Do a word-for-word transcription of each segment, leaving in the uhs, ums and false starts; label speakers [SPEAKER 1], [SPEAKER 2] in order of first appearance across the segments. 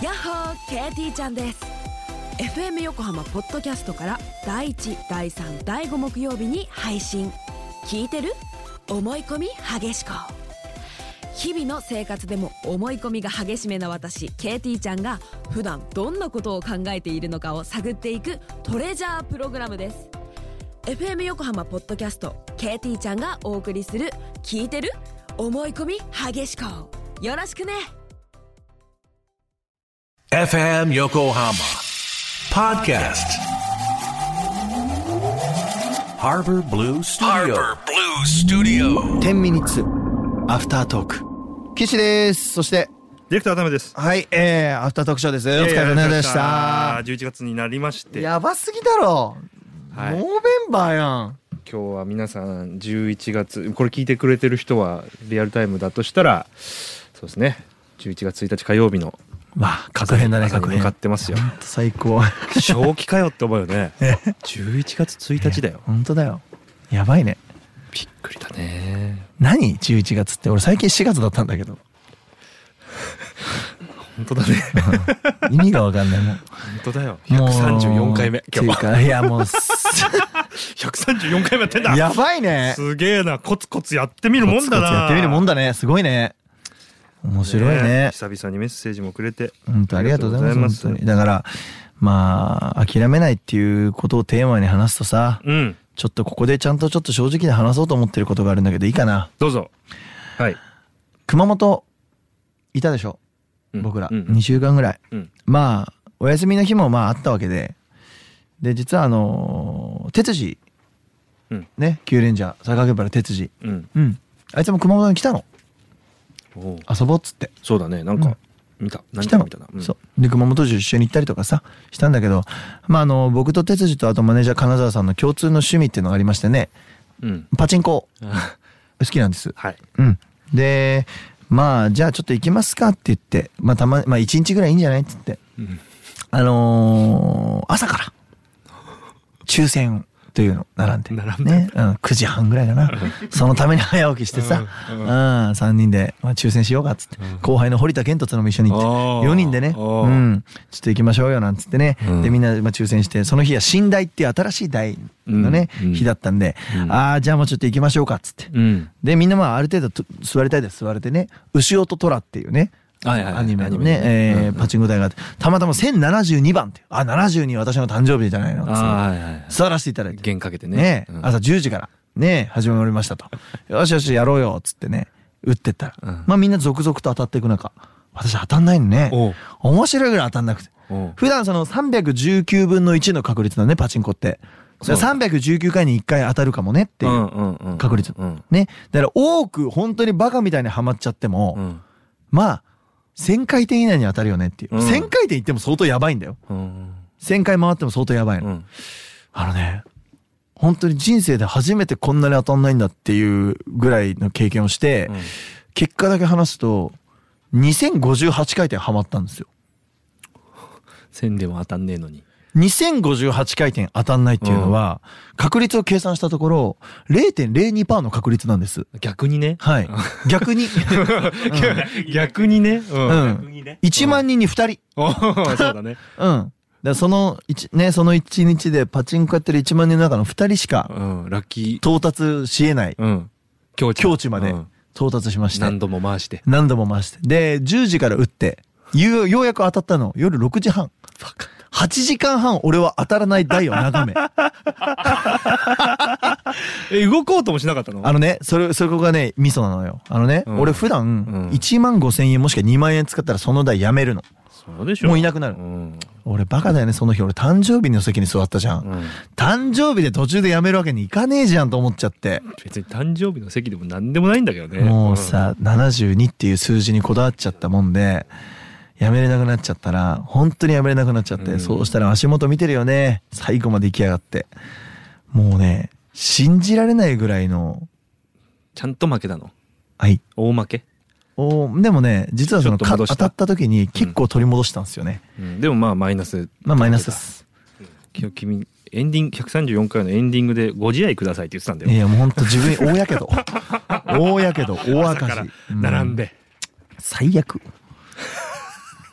[SPEAKER 1] やっほー ケーティー ちゃんです。 エフエム 横浜ポッドキャストからだいいち、だいさん、だいご木曜日に配信。聞いてる？思い込み激しこ。日々の生活でも思い込みが激しめな私 ケーティー ちゃんが普段どんなことを考えているのかを探っていくトレジャープログラムです。 エフエム 横浜ポッドキャスト ケーティー ちゃんがお送りする聞いてる？思い込み激しこ。よろしくね。
[SPEAKER 2] エフエム 横浜 Podcast Harbor Blue Studio Harbor Blue Studio
[SPEAKER 3] じゅうミニッツアフタートーク岸です。そして
[SPEAKER 4] ディレクター渡辺です。
[SPEAKER 3] はい、えー、アフタートークショーです。お疲れ様でした。
[SPEAKER 4] じゅういちがつになりまして、
[SPEAKER 3] やばすぎだろ、はい、ノーベンバーやん。
[SPEAKER 4] 今日は皆さんじゅういちがつ、これ聞いてくれてる人はリアルタイムだとしたらそうですね、じゅういちがつついたち火曜日の
[SPEAKER 3] まあ確変だね。確変
[SPEAKER 4] 向かってますよ。
[SPEAKER 3] 最高。
[SPEAKER 4] 正気かよって思うよね。じゅういちがつついたちだよ。
[SPEAKER 3] 本当だよ。やばいね。
[SPEAKER 4] びっくりだね。
[SPEAKER 3] 何じゅういちがつって。俺最近しがつだったんだけど。
[SPEAKER 4] 本当だね。
[SPEAKER 3] 意味がわかんないもん。
[SPEAKER 4] 本当だよ。ひゃくさんじゅうよんかいめ今日は。
[SPEAKER 3] いやもう
[SPEAKER 4] ひゃくさんじゅうよんかいめやってんだ。
[SPEAKER 3] やばいね。
[SPEAKER 4] すげえな。コツコツやってみるもんだな。
[SPEAKER 3] コツコツやってみるもんだね。すごいね。面白い ね, ね
[SPEAKER 4] 久々にメッセージもくれて
[SPEAKER 3] 本当ありがとうございます。本当にだからまあ諦めないっていうことをテーマに話すとさ、うん、ちょっとここでちゃんとちょっと正直に話そうと思ってることがあるんだけどいいかな。
[SPEAKER 4] どうぞ。はい。
[SPEAKER 3] 熊本いたでしょ、うん、僕ら、うん、にしゅうかんぐらい、うん、まあお休みの日もまああったわけで、で実はあの哲司、うん、ね、キューレンジャー坂原哲司、うんうん、あいつも熊本に来たの。遊ぼうっつって。
[SPEAKER 4] そうだね、なんか見た、
[SPEAKER 3] うん、何か見たな、うん、そうで熊本市一緒に行ったりとかさしたんだけど、まああの僕と哲司とあとマネージャー金沢さんの共通の趣味っていうのがありましてね、うん、パチンコ好きなんです。はい、うん、でまあじゃあちょっと行きますかって言って、まあたままあいちにちぐらいいいんじゃないっつって、うん、あのー、朝から抽選というの並んで並んで、ね、うん、くじはんぐらいかな。そのために早起きしてさ、うんうんうん、さんにんで、まあ、抽選しようかっつって、うん、後輩の堀田健人とのも一緒に行ってよにんでね、うん、ちょっと行きましょうよなんつってね、うん、でみんな、まあ、抽選して、その日は新台っていう新しい台のね、うん、日だったんで、うん、ああじゃあもうちょっと行きましょうかっつって、うん、でみんなまあある程度座りたいで座れてね、牛尾と虎っていうね、アニメのね、えー、パチンコ台があって、たまたませんななじゅうにばんって、あ、ななじゅうに私の誕生日じゃないのって座らせていただいて、
[SPEAKER 4] 弦かけてね、
[SPEAKER 3] 朝じゅうじからね始まりましたと。よしよしやろうよっつってね打ってったら、まあみんな続々と当たっていく中、私当たんないのね。面白いぐらい当たんなくて、普段そのさんびゃくじゅうきゅうぶんのいちの確率だね、パチンコって。さんびゃくじゅうきゅうかいにいっかい当たるかもねっていう確率ね。だから多く本当にバカみたいにはまっちゃっても、まあせんかいてん以内に当たるよねっていう、うん、せんかいてんいっても相当やばいんだよ、うん、せんかい回っても相当やばいの、うん、あのね本当に人生で初めてこんなに当たんないんだっていうぐらいの経験をして、うん、結果だけ話すとにせんごじゅうはちかいてんはまったんですよ。
[SPEAKER 4] せんでも当たんねえのに
[SPEAKER 3] にせんごじゅうはちかいてん当たんないっていうのは、うん、確率を計算したところ れいてんれいにパーセント の確率なんです。
[SPEAKER 4] 逆にね。
[SPEAKER 3] はい。逆に。
[SPEAKER 4] うん、逆にね。うん。
[SPEAKER 3] うん、いちまんにんにふたり。
[SPEAKER 4] そうだね。
[SPEAKER 3] うん。だその一ねそのいちにちでパチンコやってるいちまんにんの中のふたりしか、うん、ラッキー到達しえない、うん、境地境地まで到達しまして、
[SPEAKER 4] 何度も回して
[SPEAKER 3] 何度も回してでじゅうじから打ってようやく当たったの夜ろくじはん。はちじかんはん俺は当たらない台を眺め
[SPEAKER 4] え動こうともしなかったの？
[SPEAKER 3] あのねそれそこがねミソなのよ。あのね、うん、俺普段いちまんごせんえんもしくはにまんえん使ったらその台やめるの。
[SPEAKER 4] そうでしょ。
[SPEAKER 3] もういなくなる、うん、俺バカだよね。その日俺誕生日の席に座ったじゃん、うん、誕生日で途中でやめるわけにいかねえじゃんと思っちゃって。
[SPEAKER 4] 別に誕生日の席でもなんでもないんだけどね。
[SPEAKER 3] もうさ、うん、ななじゅうにっていう数字にこだわっちゃったもんでやめれなくなっちゃったら本当にやめれなくなっちゃって、うん、そうしたら足元見てるよね最後まで行きやがって。もうね信じられないぐらいの。
[SPEAKER 4] ちゃんと負けたの？
[SPEAKER 3] はい。
[SPEAKER 4] 大負け？
[SPEAKER 3] おでもね実はその当たった時に結構取り戻したんですよね、
[SPEAKER 4] うんうん、でもまあマイナス。
[SPEAKER 3] まあマイナスです。
[SPEAKER 4] 今日君エンディングひゃくさんじゅうよんかいのエンディングでご自愛くださいって言ってたんだよ。
[SPEAKER 3] いやもうほんと自分大やけど大やけど大赤字
[SPEAKER 4] 並んで、
[SPEAKER 3] うん、最悪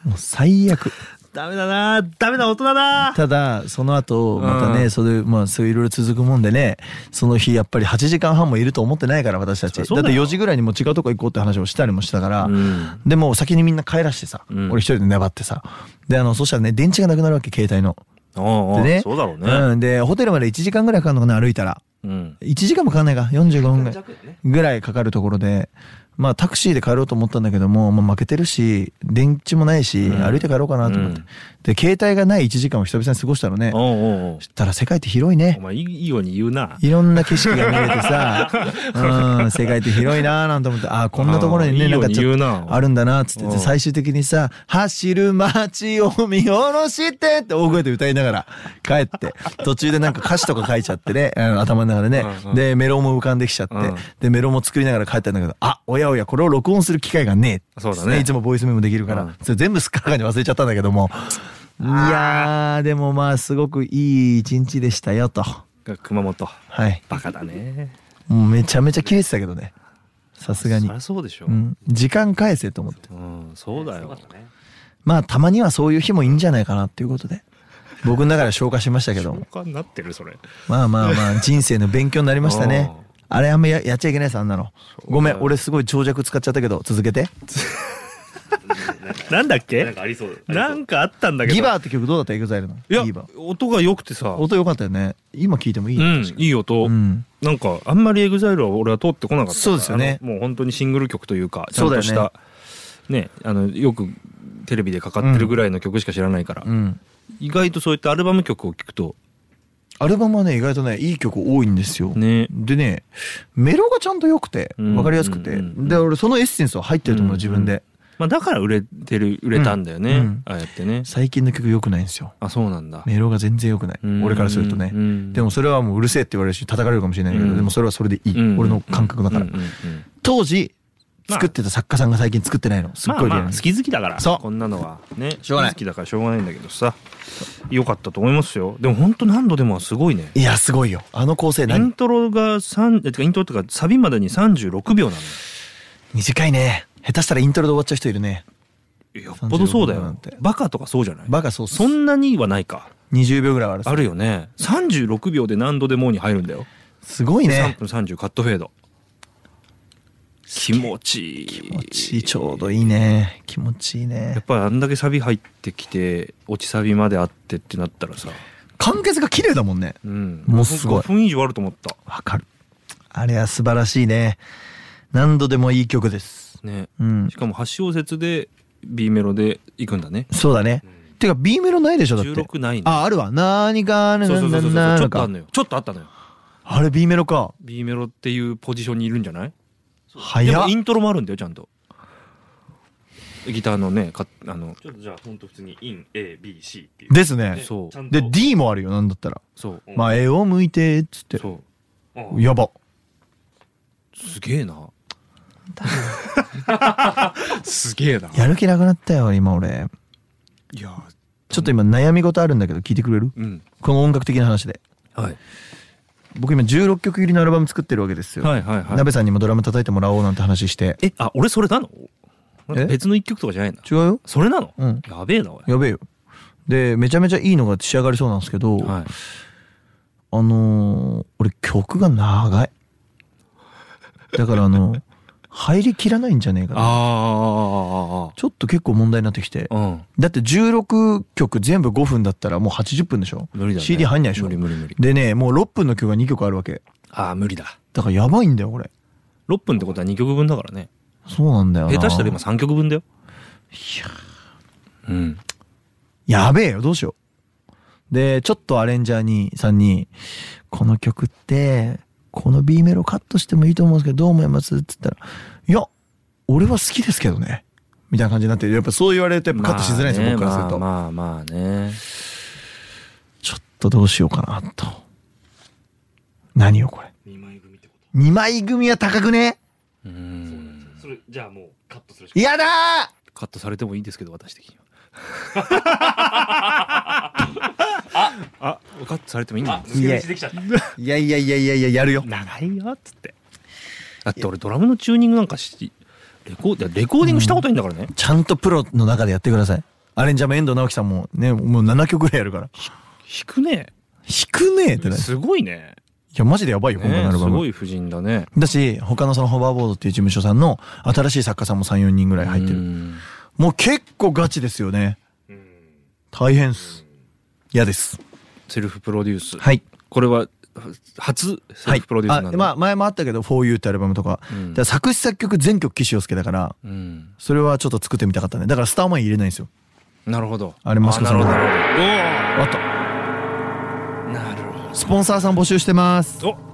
[SPEAKER 3] もう最悪。
[SPEAKER 4] ダメだな、ダメな大人だ。
[SPEAKER 3] ただその後またね、うん、それまあそういろいろ続くもんでね、その日やっぱりはちじかんはんもいると思ってないから私たち。だってよじぐらいにも違うとこ行こうって話をしたりもしたから、うん、でも先にみんな帰らしてさ、うん、俺一人で粘ってさ、であのそしたらね電池がなくなるわけ携帯の。
[SPEAKER 4] おうおうでね、そうだろうね、
[SPEAKER 3] うん、でホテルまでいちじかんぐらいかかるのかな歩いたら、うん、いちじかんもかかんないかよんじゅうごふんぐらいぐらいかかるところで、まあタクシーで帰ろうと思ったんだけども、まあ、負けてるし電池もないし、うん、歩いて帰ろうかなと思って、うん、で携帯がないいちじかんを久々に過ごしたのね。おうおうおう、そしたら世界って広いね。
[SPEAKER 4] お前いいように言うな。
[SPEAKER 3] いろんな景色が見れてさうん、世界って広いなーなんて思って、ああこんなところにねなんかちょっとあるんだなっつって、最終的にさ走る街を見下ろしてって大声で歌いながら帰って、途中でなんか歌詞とか書いちゃってね頭の中でね、うんうん、でメロも浮かんできちゃって、うん、でメロも作りながら帰ったんだけど、あおやおやこれを録音する機会がねえ。そうだね、いつもボイスメモできるから、うん、それ全部すっからかに忘れちゃったんだけども、いやーでもまあすごくいい一日でしたよと。
[SPEAKER 4] 熊本、
[SPEAKER 3] はい、
[SPEAKER 4] バカだね。
[SPEAKER 3] もうめちゃめちゃキレてたけどね、さすがに。
[SPEAKER 4] そりゃそうでしょ、
[SPEAKER 3] うん、時間返せと思って、
[SPEAKER 4] うん、そうだよ。
[SPEAKER 3] まあたまにはそういう日もいいんじゃないかなっていうことで僕の中で消化しましたけども。
[SPEAKER 4] 消化になってるそれ。
[SPEAKER 3] まあまあまあ人生の勉強になりましたね。あれあんま や, やっちゃいけないですあんなの。ごめん俺すごい長尺使っちゃったけど続けて
[SPEAKER 4] なんだっけ、
[SPEAKER 5] なんかありそう。
[SPEAKER 4] なんかあったんだけど。
[SPEAKER 3] ギバーって曲どうだった？エグザイルの。
[SPEAKER 4] いや音が良くてさ。
[SPEAKER 3] 音良かったよね。今聞いてもいい？
[SPEAKER 4] うん、いい音、うん、なんかあんまりエグザイルは俺は通ってこなかった。
[SPEAKER 3] そうですよね。
[SPEAKER 4] もう本当にシングル曲というかちゃんとしたね、あのよくテレビでかかってるぐらいの曲しか知らないから、うん、意外とそういったアルバム曲を聴くと、
[SPEAKER 3] アルバムはね意外とねいい曲多いんですよ、ね、でねメロがちゃんと良くて分かりやすくて、うんうんうん、で俺そのエッセンスは入ってると思う、自分で、
[SPEAKER 4] まあ、だから売れてる売れたんだよね、うんうん、ああやってね。
[SPEAKER 3] 最近の曲良くないんですよ。
[SPEAKER 4] あ、そうなんだ。
[SPEAKER 3] メロが全然良くない、うん、俺からするとね、うん、でもそれはもううるせえって言われるし叩かれるかもしれないけど、うん、でもそれはそれでいい、うん、俺の感覚だから、うんうんうんうん、当時作ってた作家さんが最近作ってないのすっごいリアルに、まあまあ好
[SPEAKER 4] き好きだから
[SPEAKER 3] そう
[SPEAKER 4] こんなのはね
[SPEAKER 3] しょうがない、
[SPEAKER 4] 好きだからしょうがないんだけどさ、良かったと思いますよ。でも本当何度でもすごいね。
[SPEAKER 3] いやすごいよあの構成。何
[SPEAKER 4] イントロが3イントロとかサビまでにさんじゅうろくびょうなの。
[SPEAKER 3] 短いね。下手したらイントロで終わっちゃう人いるね。
[SPEAKER 4] よっぽどそうだよ。バカとかそうじゃない？
[SPEAKER 3] バカそう
[SPEAKER 4] そんなにはないか。
[SPEAKER 3] にじゅうびょうぐらいはある。
[SPEAKER 4] あるよね。さんじゅうろくびょうで何度でもに入るんだよ。
[SPEAKER 3] すごいね。
[SPEAKER 4] さんぷんさんじゅうカットフェード。気持ちいい。
[SPEAKER 3] 気持ちいい。ちょうどいいね。気持ちいいね。
[SPEAKER 4] やっぱりあんだけサビ入ってきて落ちサビまであってってなったらさ、
[SPEAKER 3] 完結が綺麗だもんね。うん。もうすごい。
[SPEAKER 4] 雰囲気あると思った。
[SPEAKER 3] わかる。あれは素晴らしいね。何度でもいい曲です。
[SPEAKER 4] ね。うん。しかもはち小節で B メロで行くんだね。
[SPEAKER 3] そうだね。うん、てか B メロないでしょだって。
[SPEAKER 4] じゅうろくないね。
[SPEAKER 3] あ、あるわ。何かね、
[SPEAKER 4] そうそうそうそう。ちょっとあんのよ。ちょっとあったのよ。
[SPEAKER 3] あれ B メロか。
[SPEAKER 4] B メロっていうポジションにいるんじゃない？
[SPEAKER 3] 早っ。
[SPEAKER 4] でもイントロもあるんだよちゃんと。ギターのね、かあの
[SPEAKER 5] ちょっとじゃあ本当普通にイン A B C っていう
[SPEAKER 3] ですね。
[SPEAKER 4] そう
[SPEAKER 3] で D もあるよなんだったら。そう。前を向いてっつって。そう。やば。
[SPEAKER 4] すげえな。すげえな。
[SPEAKER 3] やる気なくなったよ今俺。
[SPEAKER 4] いや
[SPEAKER 3] ちょっと今悩み事あるんだけど聞いてくれる？うん。この音楽的な話で。はい。僕今じゅうろっきょく入りのアルバム作ってるわけですよ。はいはいはい。鍋さんにもドラム叩いてもらおうなんて話して。
[SPEAKER 4] え、あ、俺それなの？別の一曲とかじゃないの？
[SPEAKER 3] 違うよ。
[SPEAKER 4] それなの？うん。やべえなおい。
[SPEAKER 3] やべえよ。でめちゃめちゃいいのが仕上がりそうなんですけど、はい、あのー、俺曲が長い。だからあの入りきらないんじゃねえかな。あちょっと結構問題になってきて、うん、だってじゅうろっきょく全部ごふんだったらもうはちじゅっぷんでしょ。無理だね。 シーディー 入んないでしょ。無理無理無理でね、もうろっぷんの曲がにきょくあるわけ。
[SPEAKER 4] ああ無理だ。
[SPEAKER 3] だからやばいんだよこれ。
[SPEAKER 4] ろっぷんってことはにきょくぶんだからね。
[SPEAKER 3] そうなんだよな。
[SPEAKER 4] 下手したら今さんきょくぶんだよ。
[SPEAKER 3] いやうん、やべえよどうしよう。でちょっとアレンジャーにさんにこの曲ってこの B メロカットしてもいいと思うんですけどどう思いますって言ったら、いや俺は好きですけどねみたいな感じになって、やっぱそう言われるとやっぱカットしづらいんですよ、僕からすると。
[SPEAKER 4] まあまあね。
[SPEAKER 3] ちょっとどうしようかなと。何よこれ。
[SPEAKER 5] にまい組ってこと？
[SPEAKER 3] にまい組は高くね。
[SPEAKER 5] うーん。それじゃあもうカットするしかない。
[SPEAKER 3] やだー。
[SPEAKER 4] カットされてもいいんですけど私的には。あ、あ、カットされてもいいんだ。
[SPEAKER 3] いやいやいやいやいやいややるよ。
[SPEAKER 4] 長いよっつって。だって俺ドラムのチューニングなんかしレコーレコーディングしたことないんだからね、
[SPEAKER 3] うん、ちゃんとプロの中でやってください。 アレンジャーも遠藤直樹さんもねもうななきょくぐらいやるから。
[SPEAKER 4] 弾くね
[SPEAKER 3] 弾くねってね。
[SPEAKER 4] すごいね。
[SPEAKER 3] いやマジでやばいよ、今回のアルバム。
[SPEAKER 4] すごい婦人だね。
[SPEAKER 3] だし他のそのホバーボードっていう事務所さんの新しい作家さんも さん,よ 人ぐらい入ってる。もう結構ガチですよね。大変っす。嫌です。
[SPEAKER 4] セルフプロデュース。
[SPEAKER 3] はい。
[SPEAKER 4] これは初セルフプロデュースなんだ、
[SPEAKER 3] はい、あ、まあ前もあったけど フォーユー ってアルバムとか、うん、だから作詞作曲全曲岸洋介だから、うん、それはちょっと作ってみたかったね。だからスターマイン入れないんですよ。
[SPEAKER 4] なるほど。
[SPEAKER 3] あれマスコさんの。
[SPEAKER 4] なるほど。
[SPEAKER 3] あった。なるほど。スポンサーさん募集してます。
[SPEAKER 4] お